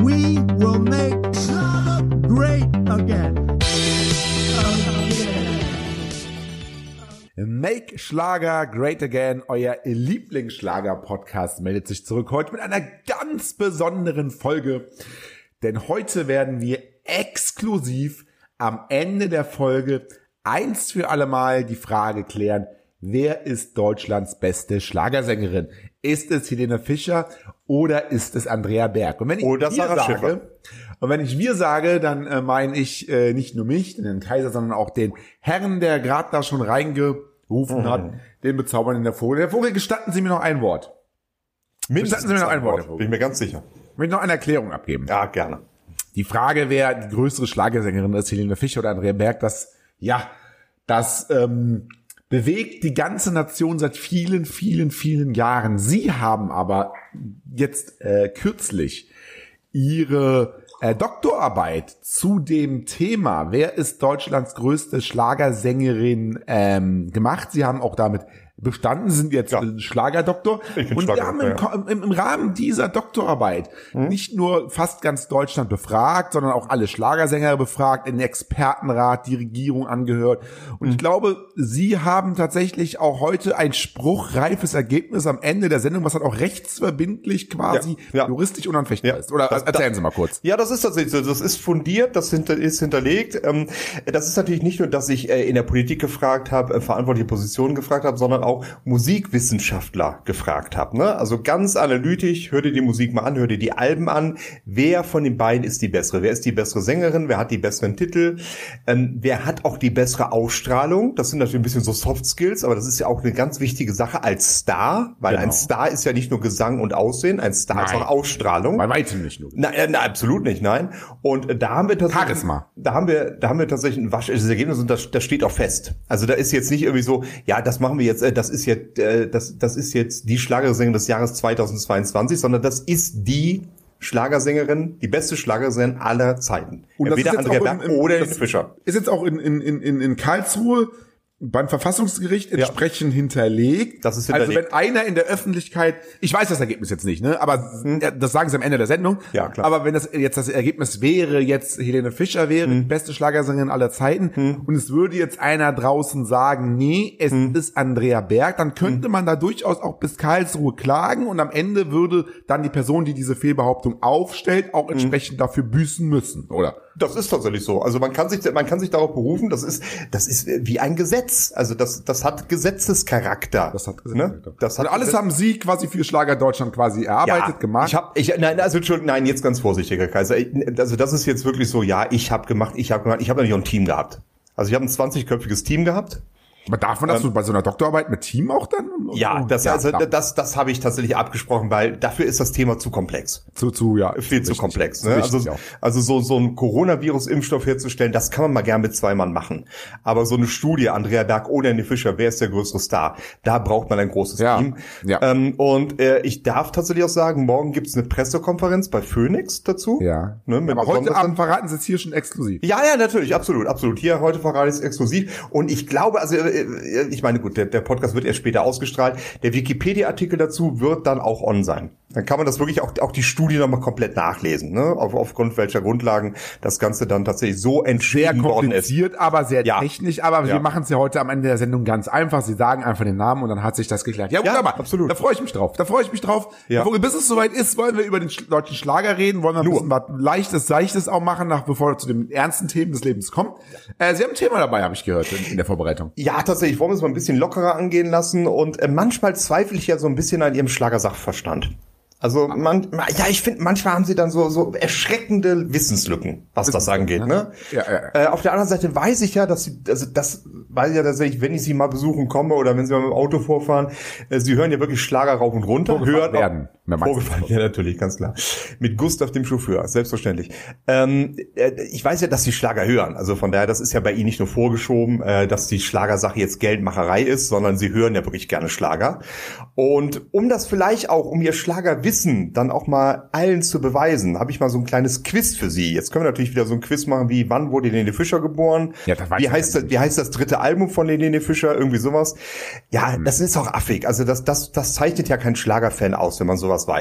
We will make Schlager great again. Make Schlager Great Again, euer Lieblingsschlager-Podcast, meldet sich zurück heute mit einer ganz besonderen Folge. Denn heute werden wir exklusiv am Ende der Folge eins für alle Mal die Frage klären: Wer ist Deutschlands beste Schlagersängerin? Ist es Helene Fischer oder ist es Andrea Berg? Und wenn ich oder Sarah Schiffer. Und wenn ich wir sage, dann meine ich nicht nur mich, den Kaiser, sondern auch den Herrn, der gerade da schon reingerufen hat, den bezaubernden der Vogel. Der Vogel, gestatten Sie mir noch ein Wort. Mindestens gestatten Sie mir noch ein Wort, bin ich mir ganz sicher. Ich möchte noch eine Erklärung abgeben. Ja, gerne. Die Frage, wer die größere Schlagersängerin ist, Helene Fischer oder Andrea Berg, das bewegt die ganze Nation seit vielen, vielen, vielen Jahren. Sie haben aber jetzt kürzlich ihre Doktorarbeit zu dem Thema, wer ist Deutschlands größte Schlagersängerin, gemacht. Sie haben auch damit bestanden, sind jetzt Schlagerdoktor. Und wir haben im Rahmen dieser Doktorarbeit nicht nur fast ganz Deutschland befragt, sondern auch alle Schlagersänger befragt, in den Expertenrat, die Regierung angehört. Und ich glaube, Sie haben tatsächlich auch heute ein spruchreifes Ergebnis am Ende der Sendung, was halt auch rechtsverbindlich quasi juristisch unanfechtbar ist. Oder erzählen Sie mal kurz. Ja, das ist tatsächlich so. Das ist fundiert, das ist hinterlegt. Das ist natürlich nicht nur, dass ich in der Politik gefragt habe, verantwortliche Positionen gefragt habe, sondern auch Musikwissenschaftler gefragt habe. Ne? Also ganz analytisch, hör dir die Musik mal an, hör dir die Alben an. Wer von den beiden ist die bessere? Wer ist die bessere Sängerin? Wer hat die besseren Titel? Wer hat auch die bessere Ausstrahlung? Das sind natürlich ein bisschen so Soft Skills, aber das ist ja auch eine ganz wichtige Sache als Star, weil ein Star ist ja nicht nur Gesang und Aussehen, ein Star ist auch Ausstrahlung. Bei weitem nicht nur. Nein, absolut nicht, nein. Und da haben wir tatsächlich Charisma. Da haben wir tatsächlich ein wascheches Ergebnis und das steht auch fest. Also da ist jetzt nicht irgendwie so, ja, das machen wir jetzt, das ist jetzt die Schlagersängerin des Jahres 2022, sondon das ist die Schlagersängerin, die beste Schlagersängerin aller Zeiten. Und entweder Andrea Berg oder Helene Fischer. Ist jetzt auch in Karlsruhe beim Verfassungsgericht entsprechend hinterlegt. Das ist hinterlegt. Also wenn einer in der Öffentlichkeit, ich weiß das Ergebnis jetzt nicht, ne, aber das sagen sie am Ende der Sendung. Ja, klar. Aber wenn das jetzt das Ergebnis wäre, jetzt Helene Fischer wäre die beste Schlagersängerin aller Zeiten und es würde jetzt einer draußen sagen, nee, es ist Andrea Berg, dann könnte man da durchaus auch bis Karlsruhe klagen und am Ende würde dann die Person, die diese Fehlbehauptung aufstellt, auch entsprechend dafür büßen müssen, oder? Das ist tatsächlich so. Also man kann sich darauf berufen, das ist wie ein Gesetz. Also das hat Gesetzescharakter. Das hat Gesetzescharakter. Ne? Das hat und alles haben Sie quasi für Schlager Deutschland quasi erarbeitet, gemacht. Nein, jetzt ganz vorsichtig, Herr Kaiser. Also das ist jetzt wirklich so, ja, ich habe natürlich auch ein Team gehabt. Also ich habe ein 20-köpfiges Team gehabt. Aber darf man das so bei so einer Doktorarbeit mit Team auch dann? Ja, das habe ich tatsächlich abgesprochen, weil dafür ist das Thema zu komplex. Viel zu komplex. Ne? Also so ein Coronavirus-Impfstoff herzustellen, das kann man mal gern mit 2 Mann machen. Aber so eine Studie, Andrea Berg oder Helene Fischer, wer ist der größere Star? Da braucht man ein großes Team. Ja. Und ich darf tatsächlich auch sagen, morgen gibt's eine Pressekonferenz bei Phoenix dazu. Ja. Ne, aber heute Abend verraten Sie es hier schon exklusiv. Ja, natürlich, absolut. Hier heute verrate ich es exklusiv. Und ich glaube, also ich meine, gut, der Podcast wird erst später ausgestrahlt. Der Wikipedia-Artikel dazu wird dann auch on sein. Dann kann man das wirklich auch die Studie nochmal komplett nachlesen, ne? Aufgrund welcher Grundlagen das Ganze dann tatsächlich so entschieden worden ist. Sehr kompliziert, aber sehr technisch. Aber wir machen es ja heute am Ende der Sendung ganz einfach. Sie sagen einfach den Namen und dann hat sich das geklärt. Ja, wunderbar. Absolut. Da freue ich mich drauf. Ja. Vogel, bis es soweit ist, wollen wir über den deutschen Schlager reden. Wollen wir ein bisschen was Leichtes, Seichtes auch machen, bevor wir zu den ernsten Themen des Lebens kommen. Sie haben ein Thema dabei, habe ich gehört, in der Vorbereitung. Ja, tatsächlich. Wollen wir es mal ein bisschen lockerer angehen lassen. Und manchmal zweifle ich ja so ein bisschen an Ihrem Schlagersachverstand. Also ich finde, manchmal haben sie dann so erschreckende Wissenslücken, was das angeht, ne? Ja. Auf der anderen Seite weiß ich ja, dass sie, also das weiß ich ja tatsächlich, wenn ich sie mal besuchen komme oder wenn sie mal mit dem Auto vorfahren, sie hören ja wirklich Schlager rauf und runter. Vorgefallen, ja, natürlich, ganz klar. Mit Gustav, dem Chauffeur, selbstverständlich. Ich weiß ja, dass sie Schlager hören. Also von daher, das ist ja bei ihnen nicht nur vorgeschoben, dass die Schlagersache jetzt Geldmacherei ist, sondern sie hören ja wirklich gerne Schlager. Und um das vielleicht auch, um ihr Schlagerwissen dann auch mal allen zu beweisen, habe ich mal so ein kleines Quiz für Sie. Jetzt können wir natürlich wieder so ein Quiz machen wie, wann wurde Helene Fischer geboren? Ja, das wie heißt das dritte Album von Helene Fischer? Irgendwie sowas. Ja, das ist auch affig. Also das zeichnet ja kein Schlagerfan aus, wenn man sowas weiß.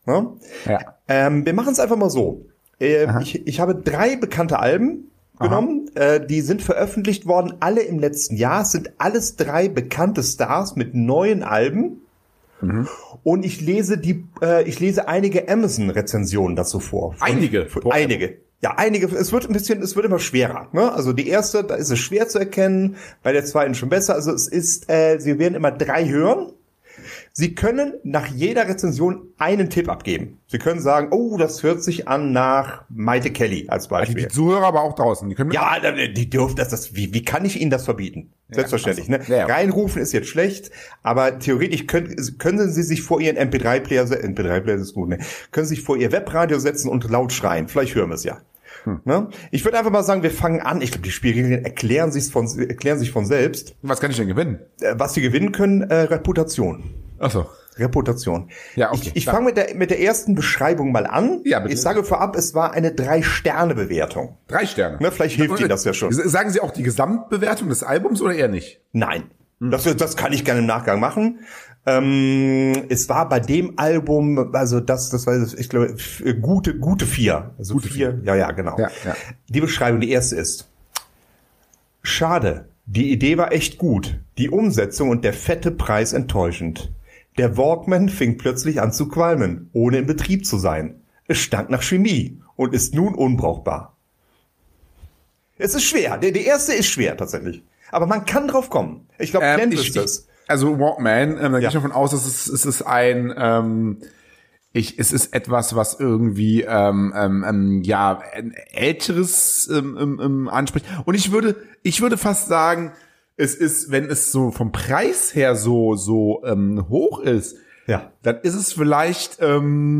Ne? Ja. Wir machen es einfach mal so. Ich habe 3 bekannte Alben genommen, die sind veröffentlicht worden, alle im letzten Jahr. Es sind alles 3 bekannte Stars mit neuen Alben. Und ich lese einige Amazon-Rezensionen dazu vor. Einige? Einige. Ja, einige. Es wird immer schwerer. Ne? Also die erste, da ist es schwer zu erkennen. Bei der zweiten schon besser. Also Sie werden immer 3 hören. Sie können nach jeder Rezension einen Tipp abgeben. Sie können sagen, oh, das hört sich an nach Maite Kelly als Beispiel. Die Zuhörer aber auch draußen. Die dürfen das wie kann ich Ihnen das verbieten? Selbstverständlich, also, ne? Ja. Reinrufen ist jetzt schlecht, aber theoretisch können Sie sich vor Ihren MP3-Player ist gut, ne? Können Sie sich vor Ihr Webradio setzen und laut schreien. Vielleicht hören wir es ja. Ne? Ich würde einfach mal sagen, wir fangen an. Ich glaube, die Spielregeln erklären sich von selbst. Was kann ich denn gewinnen? Was Sie gewinnen können, Reputation. Ach so. Reputation. Ja, okay. Ich fange mit der ersten Beschreibung mal an. Ja, bitte. Ich sage vorab, es war eine 3-Sterne-Bewertung. 3 Sterne. Ne, vielleicht hilft Ihnen das ja schon. Sagen Sie auch die Gesamtbewertung des Albums oder eher nicht? Nein. Das kann ich gerne im Nachgang machen. Es war bei dem Album, also das war, ich glaube, gute 4. Also gute 4. Ja, genau. Ja. Die Beschreibung, die erste ist: Schade, die Idee war echt gut. Die Umsetzung und der fette Preis enttäuschend. Der Walkman fing plötzlich an zu qualmen, ohne in Betrieb zu sein. Es stank nach Chemie und ist nun unbrauchbar. Es ist schwer. Die erste ist schwer tatsächlich. Aber man kann drauf kommen. Ich glaube, Glenn ist das. Also Walkman, da gehe ich davon aus, es ist es ist etwas, was irgendwie ein älteres anspricht. Und ich würde fast sagen, es ist, wenn es so vom Preis her so hoch ist, ja, dann ist es vielleicht so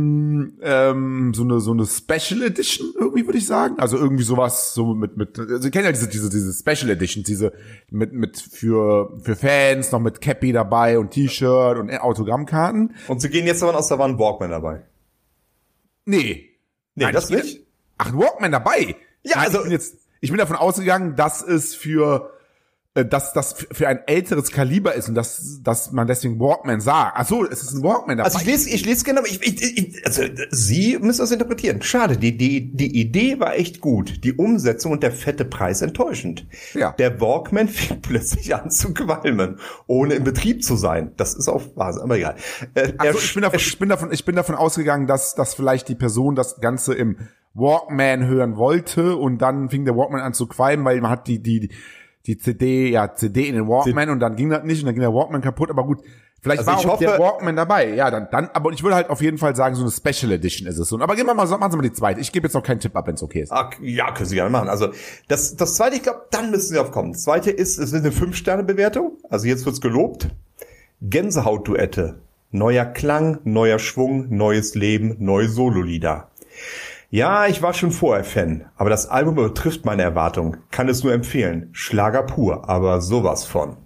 eine Special Edition irgendwie, würde ich sagen. Also irgendwie sowas so mit Sie kennen ja diese Special Editions, diese mit für Fans noch mit Cappy dabei und T-Shirt und Autogrammkarten. Und Sie gehen jetzt davon aus, da war ein Walkman dabei. Nee, nein, das nicht. Ach, ein Walkman dabei. Ja, nein, also ich bin davon ausgegangen, dass es für das für ein älteres Kaliber ist und dass man deswegen Walkman sagt. Ach so, es ist ein Walkman dabei. Also ich lese genau, also Sie müssen das interpretieren. Schade, die Idee war echt gut, die Umsetzung und der fette Preis enttäuschend. Ja. Der Walkman fing plötzlich an zu qualmen, ohne in Betrieb zu sein. Das ist auf Basis, aber egal. Ich bin davon ausgegangen, dass vielleicht die Person das Ganze im Walkman hören wollte und dann fing der Walkman an zu qualmen, weil man hat die CD in den Walkman und dann ging das nicht und dann ging der Walkman kaputt, aber gut, vielleicht war auch der Walkman dabei. Ja, dann, aber ich würde halt auf jeden Fall sagen, so eine Special Edition ist es so. Aber machen Sie mal die zweite. Ich gebe jetzt noch keinen Tipp ab, wenn es okay ist. Ja, können Sie gerne machen. Also, das zweite, ich glaube, dann müssen Sie aufkommen. Das zweite ist, es ist eine 5-Sterne-Bewertung. Also jetzt wird's gelobt. Gänsehaut-Duette. Neuer Klang, neuer Schwung, neues Leben, neue Sololieder. Ja, ich war schon vorher Fan, aber das Album übertrifft meine Erwartungen. Kann es nur empfehlen. Schlager pur, aber sowas von.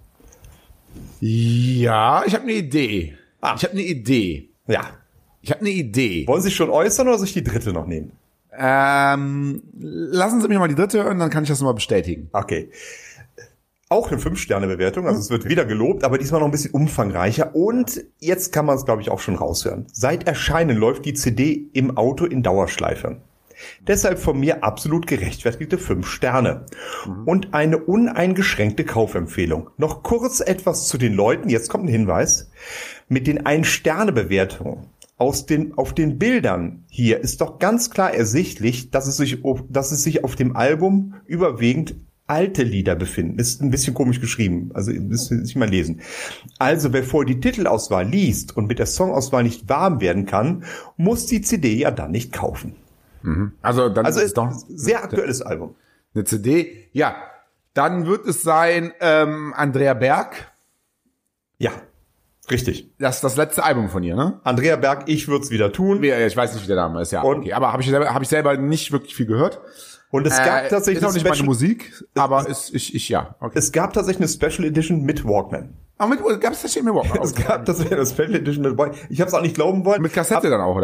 Ja, ich habe eine Idee. Ja. Ich habe eine Idee. Wollen Sie schon äußern oder soll ich die dritte noch nehmen? Lassen Sie mich mal die dritte hören, dann kann ich das nochmal bestätigen. Okay. Auch eine 5-Sterne-Bewertung, also es wird wieder gelobt, aber diesmal noch ein bisschen umfangreicher. Und jetzt kann man es, glaube ich, auch schon raushören. Seit Erscheinen läuft die CD im Auto in Dauerschleife. Deshalb von mir absolut gerechtfertigte 5 Sterne. Und eine uneingeschränkte Kaufempfehlung. Noch kurz etwas zu den Leuten, jetzt kommt ein Hinweis. Mit den 1-Sterne-Bewertungen auf den Bildern hier ist doch ganz klar ersichtlich, dass es sich auf dem Album überwiegend alte Lieder befinden. Ist ein bisschen komisch geschrieben, also müssen Sie mal lesen. Also wer vorher die Titelauswahl liest und mit der Songauswahl nicht warm werden kann, muss die CD ja dann nicht kaufen. Also dann ist es doch ein sehr aktuelles Album. Eine CD. Ja, dann wird es sein Andrea Berg. Ja, richtig. Das ist das letzte Album von ihr, ne? Andrea Berg, ich würd's wieder tun. Ich weiß nicht, wie der Name ist, ja. Okay, aber habe ich selber nicht wirklich viel gehört. Und es gab tatsächlich ist auch nicht meine Musik, aber ja. Okay. Es gab tatsächlich eine Special Edition mit Walkman. Gab es tatsächlich mit Walkman? Es gab tatsächlich eine Special Edition mit Walkman. Ich habe es auch nicht glauben wollen. Mit Kassette dann auch, oder was?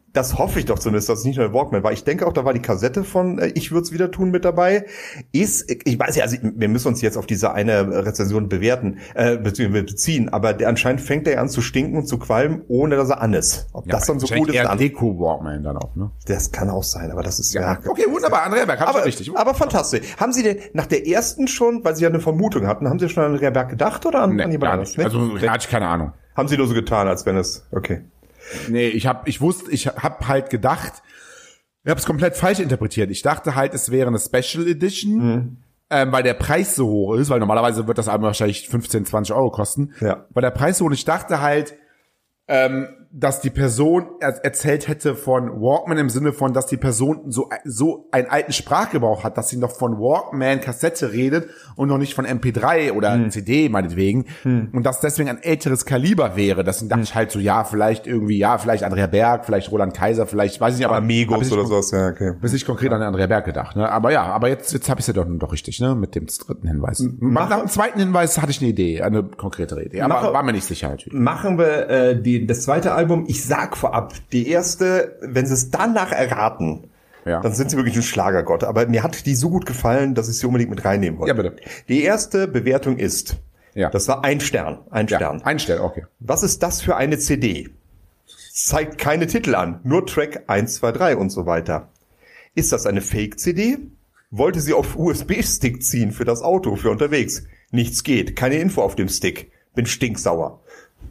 Das hoffe ich doch zumindest, dass es nicht nur der Walkman war. Ich denke auch, da war die Kassette von Ich würd's wieder tun mit dabei. Ich weiß ja, also wir müssen uns jetzt auf diese eine Rezension beziehen, aber anscheinend fängt er an zu stinken und zu qualmen, ohne dass er an ist. Ob das dann so gut ist, eher Deko-Walkman dann auch, ne? Das kann auch sein, aber das ist Okay, wunderbar, Andrea Berg, hab ich richtig. Aber fantastisch. Haben Sie denn nach der ersten schon, weil Sie ja eine Vermutung hatten, haben Sie schon an Andrea Berg gedacht oder an jemand anderes? Nee? Also, hatte ich keine Ahnung. Haben Sie nur so getan, als wenn es, okay. Nee, ich hab halt gedacht, ich habe es komplett falsch interpretiert. Ich dachte halt, es wäre eine Special Edition, weil der Preis so hoch ist, weil normalerweise wird das Album wahrscheinlich 15, 20 Euro kosten. Ja. Weil der Preis so hoch ist. Ich dachte halt, dass die Person erzählt hätte von Walkman im Sinne von, dass die Person so einen alten Sprachgebrauch hat, dass sie noch von Walkman Kassette redet und noch nicht von MP3 oder CD meinetwegen und dass deswegen ein älteres Kaliber wäre. Deswegen dachte ich halt so, vielleicht Andrea Berg, vielleicht Roland Kaiser, vielleicht, weiß ich nicht, aber Amigos oder sowas, ja, okay. Bis ich konkret an Andrea Berg gedacht, ne? Aber jetzt habe ich es ja doch richtig, ne? Mit dem dritten Hinweis. Nach dem zweiten Hinweis hatte ich eine Idee, eine konkretere Idee, aber war mir nicht sicher natürlich. Machen wir das zweite Album. Ich sag vorab, die erste, wenn Sie es danach erraten, dann sind Sie wirklich ein Schlagergott. Aber mir hat die so gut gefallen, dass ich sie unbedingt mit reinnehmen wollte. Ja, bitte. Die erste Bewertung ist, das war 1 Stern. 1 Stern. 1 Stern, okay. Was ist das für eine CD? Zeigt keine Titel an, nur Track 1, 2, 3 und so weiter. Ist das eine Fake-CD? Wollte sie auf USB-Stick ziehen für das Auto, für unterwegs? Nichts geht, keine Info auf dem Stick. Bin stinksauer.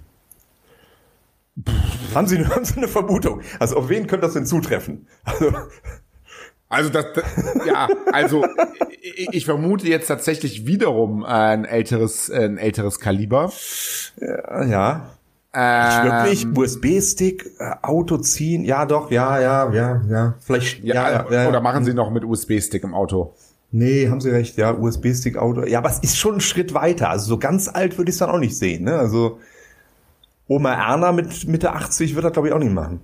Haben Sie eine Vermutung? Also auf wen könnte das denn zutreffen? Ich vermute jetzt tatsächlich wiederum ein älteres Kaliber. Ja. Wirklich USB-Stick, Auto ziehen? Ja, doch, ja. Vielleicht, Oder machen Sie noch mit USB-Stick im Auto? Nee, haben Sie recht, ja, USB-Stick, Auto. Ja, aber es ist schon ein Schritt weiter. Also so ganz alt würde ich es dann auch nicht sehen, ne? Also Oma Erna mit Mitte 80 wird das, glaube ich, auch nicht machen.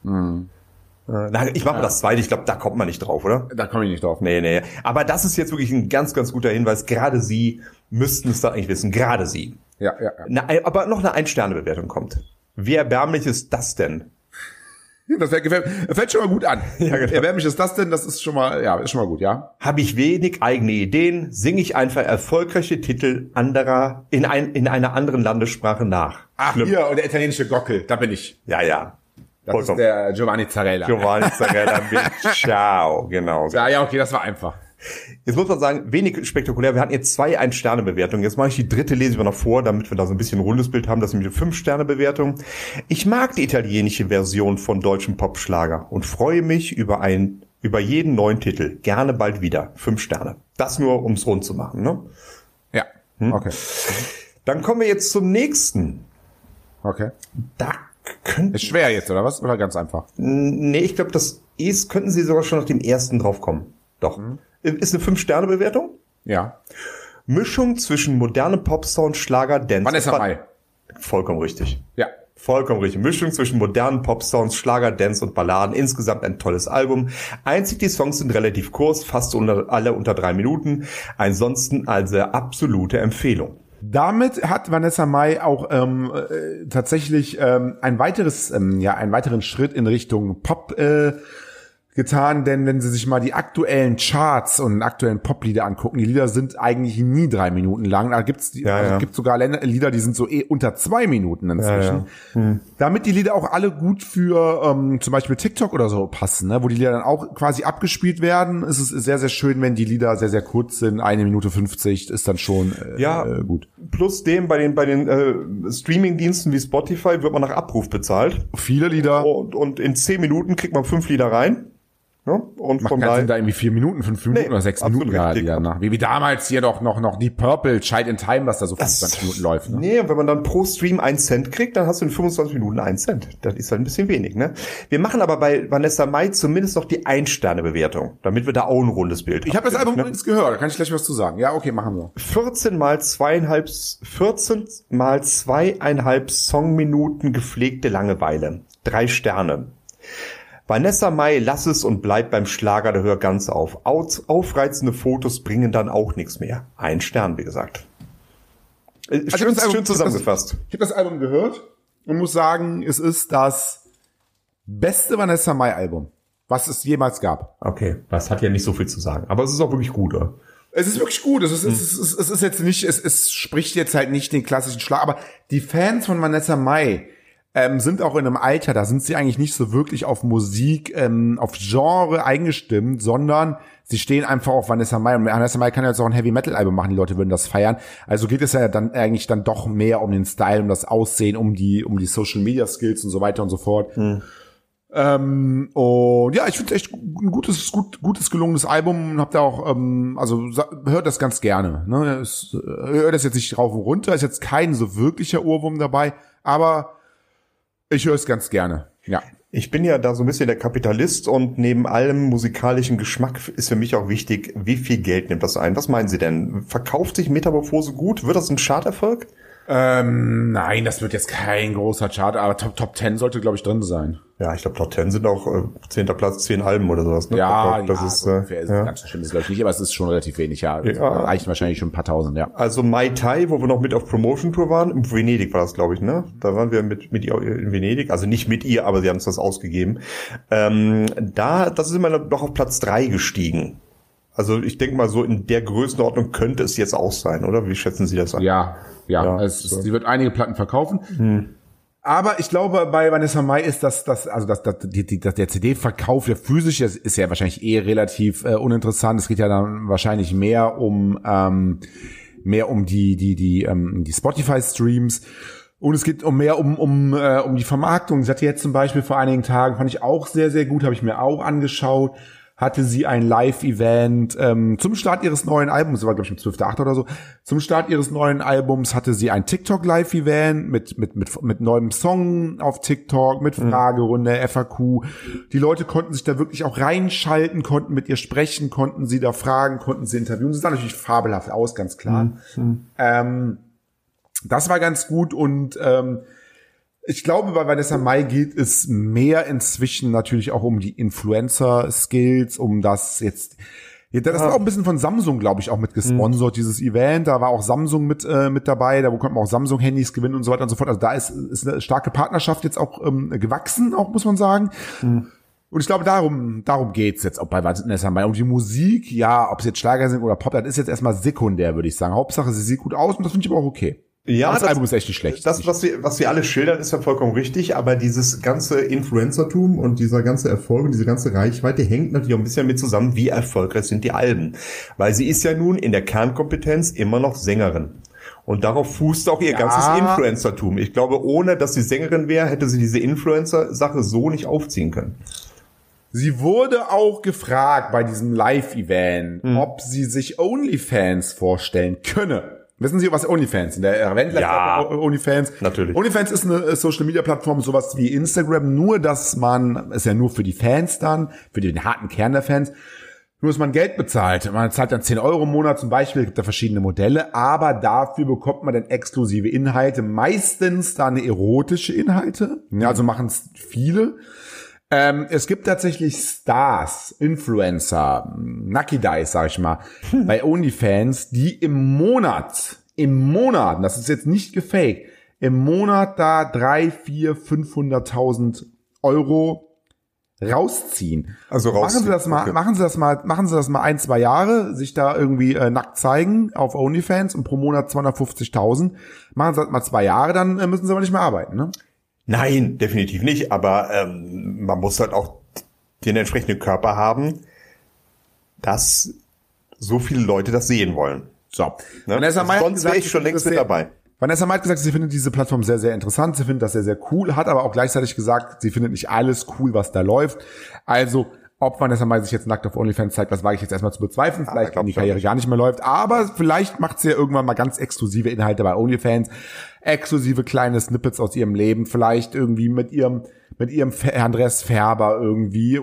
Ich mache mal das zweite. Ich glaube, da kommt man nicht drauf, oder? Da komme ich nicht drauf. Nee. Aber das ist jetzt wirklich ein ganz, ganz guter Hinweis. Gerade Sie müssten es da eigentlich wissen. Gerade Sie. Ja. Aber noch eine 1-Sterne-Bewertung kommt. Wie erbärmlich ist das denn? Das fällt schon mal gut an. Ja, genau. Erbärmlich ist das denn? Das ist schon mal gut, ja. Habe ich wenig eigene Ideen, singe ich einfach erfolgreiche Titel anderer in einer anderen Landessprache nach. Ach, hier, und der italienische Gockel, da bin ich. Ja. Das ist der Giovanni Zarella. Ciao, genau. Ja, okay, das war einfach. Jetzt muss man sagen, wenig spektakulär. Wir hatten jetzt 2 1-Sterne-Bewertungen. Jetzt mache ich die dritte, lese ich mal noch vor, damit wir da so ein bisschen ein rundes Bild haben. Das ist nämlich eine 5-Sterne-Bewertung. Ich mag die italienische Version von deutschem Popschlager und freue mich über jeden neuen Titel. Gerne bald wieder. 5 Sterne. Das nur, ums rund zu machen, ne? Ja, okay. Dann kommen wir jetzt zum nächsten. Okay. Ist schwer jetzt, oder was? Oder ganz einfach? Nee, ich glaube, könnten Sie sogar schon nach dem ersten drauf kommen. Doch. Ist eine 5-Sterne-Bewertung? Ja. Mischung zwischen modernem Popsound, Schlager, Dance. Vanessa Mai. Vollkommen richtig. Ja. Vollkommen richtig. Mischung zwischen modernen Popsounds, Schlager, Dance und Balladen. Insgesamt ein tolles Album. Einzig die Songs sind relativ kurz, fast alle unter 3 Minuten. Ansonsten also absolute Empfehlung. Damit hat Vanessa Mai auch tatsächlich einen weiteren Schritt in Richtung Pop getan, denn wenn Sie sich mal die aktuellen Charts und aktuellen Poplieder angucken, die Lieder sind eigentlich nie 3 Minuten lang. Da gibt's gibt sogar Lieder, die sind so unter 2 Minuten inzwischen. Damit die Lieder auch alle gut für zum Beispiel TikTok oder so passen, ne? Wo die Lieder dann auch quasi abgespielt werden, ist es sehr, sehr schön, wenn die Lieder sehr, sehr kurz sind. 1 Minute 50 ist dann schon gut. Plus dem bei den Streaming-Diensten wie Spotify wird man nach Abruf bezahlt. Viele Lieder. Und in 10 Minuten kriegt man 5 Lieder rein. Ja, und macht keinen Sinn, da irgendwie 4 Minuten, 5 Minuten oder 6 Minuten gerade nach. Wie damals hier doch noch Deep Purple, Child in Time, was da so 25 Minuten läuft. Ne? Nee, und wenn man dann pro Stream 1 Cent kriegt, dann hast du in 25 Minuten 1 Cent. Das ist halt ein bisschen wenig, ne? Wir machen aber bei Vanessa Mai zumindest noch die 1-Sterne-Bewertung, damit wir da auch ein rundes Bild haben. Ich habe das Album übrigens gehört, da kann ich gleich was zu sagen. Ja, okay, machen wir. 14 mal 2,5 Songminuten gepflegte Langeweile. 3 Sterne. Vanessa Mai, lass es und bleib beim Schlager, da hör ganz auf. Aufreizende Fotos bringen dann auch nichts mehr. 1 Stern, wie gesagt. Schön zusammengefasst. Ich habe das Album gehört und muss sagen, es ist das beste Vanessa Mai Album, was es jemals gab. Okay, das hat ja nicht so viel zu sagen. Aber es ist auch wirklich gut, oder? Es ist wirklich gut. Es ist jetzt nicht, es spricht jetzt halt nicht den klassischen Schlag, aber die Fans von Vanessa Mai sind auch in einem Alter, da sind sie eigentlich nicht so wirklich auf Musik, auf Genre eingestimmt, sondern sie stehen einfach auf Vanessa Mai. Und Vanessa Mai kann jetzt auch ein Heavy-Metal-Album machen, die Leute würden das feiern. Also geht es ja dann eigentlich dann doch mehr um den Style, um das Aussehen, um die Social-Media-Skills und so weiter und so fort. Und ja, ich finde echt ein gutes gelungenes Album und hab da auch, hört das ganz gerne. Ne? Hört das jetzt nicht rauf und runter, ist jetzt kein so wirklicher Ohrwurm dabei, aber ich höre es ganz gerne, ja. Ich bin ja da so ein bisschen der Kapitalist und neben allem musikalischen Geschmack ist für mich auch wichtig, wie viel Geld nimmt das ein? Was meinen Sie denn? Verkauft sich Metamorphose gut? Wird das ein Charterfolg? Nein, das wird jetzt kein großer Chart, aber Top 10 sollte, glaube ich, drin sein. Ja, ich glaube, Top 10 sind auch 10. Platz, 10 Alben oder sowas. Ne? Ja, das ist ganz so schlimm ist, glaube ich, nicht, aber es ist schon relativ wenig, ja. Reichen wahrscheinlich schon ein paar tausend, ja. Also Mai Tai, wo wir noch mit auf Promotion-Tour waren, in Venedig war das, glaube ich, ne? Da waren wir mit ihr in Venedig, also nicht mit ihr, aber sie haben uns das ausgegeben. Das ist immer noch auf Platz 3 gestiegen. Also ich denke mal, so in der Größenordnung könnte es jetzt auch sein, oder? Wie schätzen Sie das an? Ja. Sie wird einige Platten verkaufen. Aber ich glaube, bei Vanessa Mai ist der CD-Verkauf, der physische, ist ja wahrscheinlich relativ uninteressant. Es geht ja dann wahrscheinlich mehr um die Spotify-Streams. Und es geht mehr um die Vermarktung. Sie hatte jetzt zum Beispiel vor einigen Tagen, fand ich auch sehr, sehr gut, habe ich mir auch angeschaut, hatte sie ein Live-Event zum Start ihres neuen Albums, das war, glaube ich, am 12.8. oder so, zum Start ihres neuen Albums hatte sie ein TikTok-Live-Event mit neuem Song auf TikTok, mit Fragerunde, FAQ. Die Leute konnten sich da wirklich auch reinschalten, konnten mit ihr sprechen, konnten sie da fragen, konnten sie interviewen. Sie sah natürlich fabelhaft aus, ganz klar. Das war ganz gut und ich glaube, bei Vanessa Mai geht es mehr inzwischen natürlich auch um die Influencer-Skills, um das jetzt. Das war auch ein bisschen von Samsung, glaube ich, auch mit gesponsert, dieses Event. Da war auch Samsung mit dabei, da konnte man auch Samsung-Handys gewinnen und so weiter und so fort. Also da ist eine starke Partnerschaft jetzt auch gewachsen, auch muss man sagen. Und ich glaube, darum geht's jetzt auch bei Vanessa Mai. Um die Musik, ja, ob es jetzt Schlager sind oder Pop, das ist jetzt erstmal sekundär, würde ich sagen. Hauptsache, sie sieht gut aus und das finde ich aber auch okay. Ja, das Album ist echt nicht schlecht. Das, was wir alle schildern, ist ja vollkommen richtig, aber dieses ganze Influencertum und dieser ganze Erfolg und diese ganze Reichweite hängt natürlich auch ein bisschen mit zusammen, wie erfolgreich sind die Alben. Weil sie ist ja nun in der Kernkompetenz immer noch Sängerin. Und darauf fußt auch ihr ganzes Influencertum. Ich glaube, ohne dass sie Sängerin wäre, hätte sie diese Influencer-Sache so nicht aufziehen können. Sie wurde auch gefragt bei diesem Live-Event, ob sie sich OnlyFans vorstellen könne. Wissen Sie, was OnlyFans sind? Der erwähnt OnlyFans. Natürlich. OnlyFans ist eine Social-Media-Plattform, sowas wie Instagram, nur dass man, ist ja nur für die Fans dann, für den harten Kern der Fans, nur dass man Geld bezahlt. Man zahlt dann 10 € im Monat zum Beispiel, gibt da verschiedene Modelle, aber dafür bekommt man dann exklusive Inhalte, meistens dann erotische Inhalte, ja, also machen es viele. Es gibt tatsächlich Stars, Influencer, Nucky Dice, sag ich mal, bei OnlyFans, die im Monat, das ist jetzt nicht gefaked, im Monat da 300.000, 400.000, 500.000 € rausziehen. Also rausziehen. Machen Sie das mal 1-2 Jahre, sich da irgendwie nackt zeigen auf OnlyFans und pro Monat 250.000. Machen Sie das mal 2 Jahre, dann müssen Sie aber nicht mehr arbeiten, ne? Nein, definitiv nicht, aber man muss halt auch den entsprechenden Körper haben, dass so viele Leute das sehen wollen. So. Ne? Vanessa Mai sonst wäre ich schon längst mit dabei. Vanessa Mai hat gesagt, sie findet diese Plattform sehr, sehr interessant, sie findet das sehr, sehr cool, hat aber auch gleichzeitig gesagt, sie findet nicht alles cool, was da läuft. Also, ob Vanessa Mai sich jetzt nackt auf OnlyFans zeigt, das wage ich jetzt erstmal zu bezweifeln. Vielleicht, wenn die Karriere gar nicht mehr läuft. Aber vielleicht macht sie ja irgendwann mal ganz exklusive Inhalte bei OnlyFans. Exklusive kleine Snippets aus ihrem Leben. Vielleicht irgendwie mit ihrem Andreas Färber irgendwie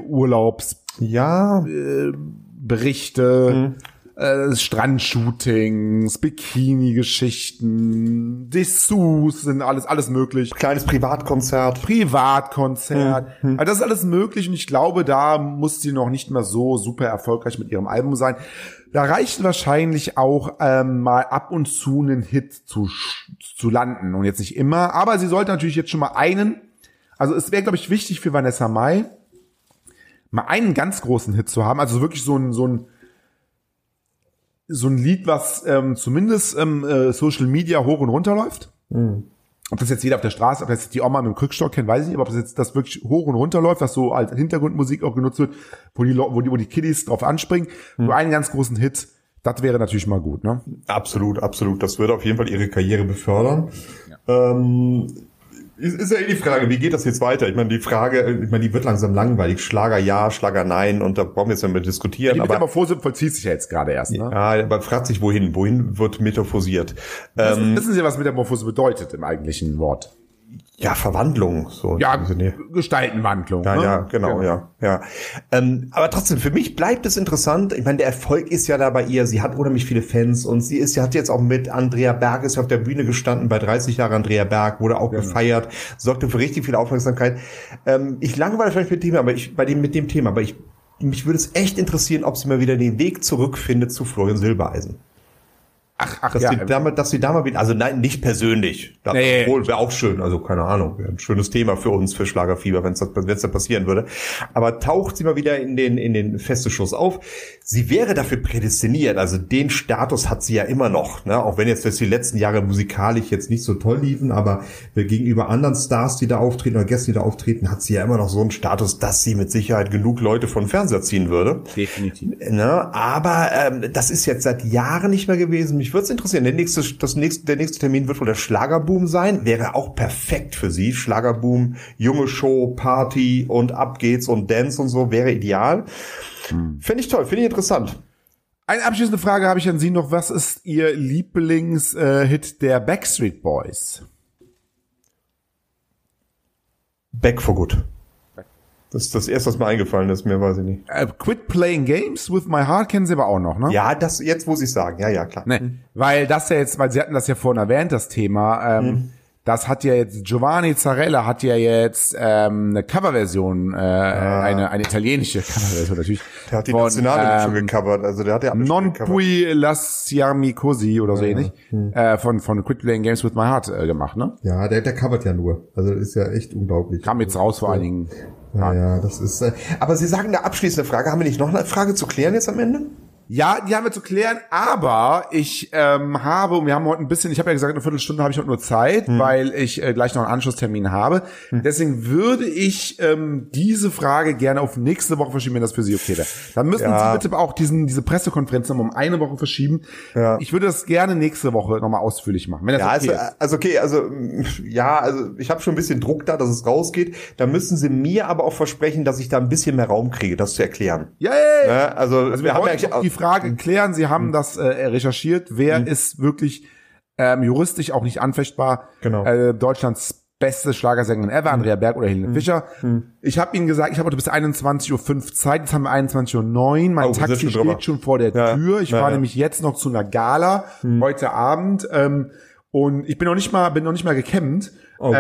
Berichte. Strandshootings, Bikini-Geschichten, Dessous, sind alles möglich. Kleines Privatkonzert. Also das ist alles möglich und ich glaube, da muss sie noch nicht mehr so super erfolgreich mit ihrem Album sein. Da reicht wahrscheinlich auch mal ab und zu einen Hit zu landen und jetzt nicht immer, aber sie sollte natürlich jetzt schon mal einen Also es wäre, glaube ich, wichtig für Vanessa Mai, mal einen ganz großen Hit zu haben. Also wirklich so ein Lied, was zumindest Social Media hoch und runter läuft. Mhm. Ob das jetzt jeder auf der Straße, ob das jetzt die Oma mit dem Krückstock kennt, weiß ich nicht, aber ob das jetzt das wirklich hoch und runter läuft, was so als Hintergrundmusik auch genutzt wird, wo die Kiddies drauf anspringen. So einen ganz großen Hit, das wäre natürlich mal gut, ne? Absolut, absolut. Das würde auf jeden Fall ihre Karriere befördern. Ja. Ist ja die Frage, wie geht das jetzt weiter? Ich meine, die wird langsam langweilig. Schlager ja, Schlager nein, und da brauchen wir jetzt ja mit diskutieren. Die Metamorphose vollzieht sich ja jetzt gerade erst, ne? Ja, aber fragt sich wohin? Wohin wird metaphorisiert? Wissen Sie, was Metamorphose bedeutet im eigentlichen Wort? Ja, Verwandlung, so. Ja, Gestaltenwandlung. Ja, ne? ja, genau, ja. Aber trotzdem, für mich bleibt es interessant. Ich meine, der Erfolg ist ja da bei ihr. Sie hat unheimlich viele Fans und sie hat jetzt auch mit Andrea Berg, ist auf der Bühne gestanden bei 30 Jahre Andrea Berg, wurde auch gefeiert, sorgte für richtig viel Aufmerksamkeit. Ich langweile vielleicht mit dem Thema, aber mich würde es echt interessieren, ob sie mal wieder den Weg zurückfindet zu Florian Silbereisen. Dass sie da mal wieder, also nein, nicht persönlich. Obwohl, wäre auch schön, also keine Ahnung, wäre ein schönes Thema für uns, für Schlagerfieber, wenn es da passieren würde. Aber taucht sie mal wieder in den Festeschuss auf. Sie wäre dafür prädestiniert, also den Status hat sie ja immer noch, ne? Auch wenn jetzt die letzten Jahre musikalisch jetzt nicht so toll liefen, aber gegenüber anderen Stars, die da auftreten oder Gästen, die da auftreten, hat sie ja immer noch so einen Status, dass sie mit Sicherheit genug Leute von Fernseher ziehen würde. Definitiv. Ne? Aber das ist jetzt seit Jahren nicht mehr gewesen. Mich würde es interessieren. Der nächste Termin wird wohl der Schlagerboom sein. Wäre auch perfekt für sie. Schlagerboom, junge Show, Party und ab geht's und Dance und so. Wäre ideal. Finde ich toll. Finde ich interessant. Eine abschließende Frage habe ich an Sie noch. Was ist Ihr Lieblingshit der Backstreet Boys? Back for Good. Das ist das erste, was mir eingefallen ist. Mehr weiß ich nicht. Quit Playing Games with My Heart kennen Sie aber auch noch, ne? Ja, das jetzt muss ich sagen. Ja, klar. Ne, weil Sie hatten das ja vorhin erwähnt, das Thema. Das hat ja jetzt, Giovanni Zarella hat ja jetzt eine Coverversion, eine italienische Coverversion natürlich. Der hat die Nationale schon gecovert, also der hat ja alles Non pui lasciarmi così oder so ähnlich, von Quit Playing Games with My Heart gemacht, ne? Ja, der covert ja nur. Also das ist ja echt unglaublich. Kam jetzt raus vor einigen Tagen. Ja, das ist, aber Sie sagen eine abschließende Frage. Haben wir nicht noch eine Frage zu klären jetzt am Ende? Ja, die haben wir zu klären, aber ich wir haben heute ein bisschen, ich habe ja gesagt, eine Viertelstunde habe ich heute nur Zeit, weil ich gleich noch einen Anschlusstermin habe. Deswegen würde ich diese Frage gerne auf nächste Woche verschieben, wenn das für Sie okay wäre. Dann müssen Sie bitte auch diese Pressekonferenz noch um eine Woche verschieben. Ja. Ich würde das gerne nächste Woche nochmal ausführlich machen, wenn das okay ist. Also ich habe schon ein bisschen Druck da, dass es rausgeht. Da müssen Sie mir aber auch versprechen, dass ich da ein bisschen mehr Raum kriege, das zu erklären. Ja. Also wir haben ja eigentlich die Frage klären. Sie haben das recherchiert. Wer ist wirklich juristisch auch nicht anfechtbar? Genau. Deutschlands beste Schlagersängerin ever, Andrea Berg oder Helene Fischer. Ich habe Ihnen gesagt, ich habe heute bis 21:05 Uhr Zeit. Jetzt haben wir 21:09 Uhr. Mein Taxi steht schon vor der Tür. Ich fahre nämlich jetzt noch zu einer Gala heute Abend. Und ich bin noch nicht mal gekämmt. Muss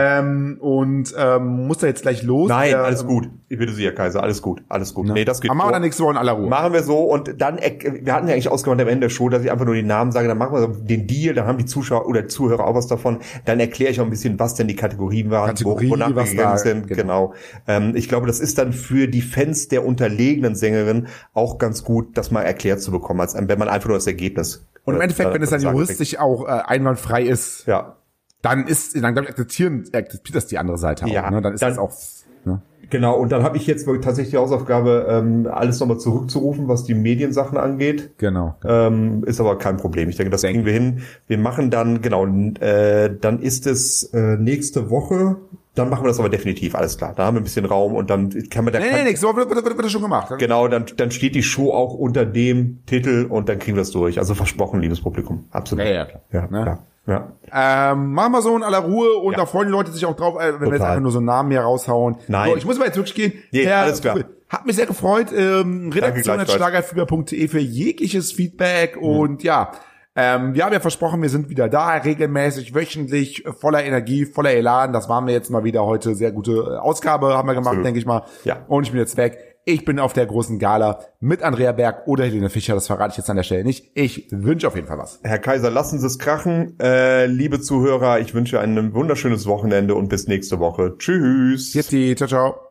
da jetzt gleich los. Nein, alles gut. Ich bitte Sie, Herr Kaiser, alles gut. Ne? Nee, das geht. Aber machen wir dann nächste Woche in aller Ruhe. Machen wir so und dann, wir hatten ja eigentlich ausgemacht am Ende der Show, dass ich einfach nur die Namen sage, dann machen wir den Deal, dann haben die Zuschauer oder Zuhörer auch was davon. Dann erkläre ich auch ein bisschen, was denn die Kategorien waren, wonach wir gegangen sind. Genau. Ich glaube, das ist dann für die Fans der unterlegenen Sängerin auch ganz gut, das mal erklärt zu bekommen, als wenn man einfach nur das Ergebnis. Und im Endeffekt, wenn es dann juristisch auch einwandfrei ist, dann glaube ich, akzeptiert das die andere Seite auch. Ne? Dann ist das auch. Ne? Genau, und dann habe ich jetzt tatsächlich die Hausaufgabe, alles nochmal zurückzurufen, was die Mediensachen angeht. Genau. Ist aber kein Problem. Ich denke, das kriegen wir hin. Wir machen dann, dann ist es nächste Woche. Dann machen wir das aber definitiv, alles klar. Da haben wir ein bisschen Raum und dann kann man nächste Woche wird das schon gemacht. Genau, dann steht die Show auch unter dem Titel und dann kriegen wir es durch. Also versprochen, liebes Publikum. Absolut. Ja, klar. Ja, ne? Klar. Ja. Machen wir so in aller Ruhe und da freuen die Leute sich auch drauf, wenn wir jetzt einfach nur so einen Namen hier raushauen. Nein. So, ich muss aber jetzt wirklich gehen. Nee, alles klar. Hat mich sehr gefreut. Redaktion@schlagerfieber.de für jegliches Feedback und wir haben ja versprochen, wir sind wieder da, regelmäßig, wöchentlich, voller Energie, voller Elan. Das waren wir jetzt mal wieder heute. Sehr gute Ausgabe haben wir gemacht, denke ich mal. Ja. Und ich bin jetzt weg. Ich bin auf der großen Gala mit Andrea Berg oder Helene Fischer, das verrate ich jetzt an der Stelle nicht. Ich wünsche auf jeden Fall was. Herr Kaiser, lassen Sie es krachen. Liebe Zuhörer, ich wünsche ein wunderschönes Wochenende und bis nächste Woche. Tschüss. Jetzt ciao, ciao.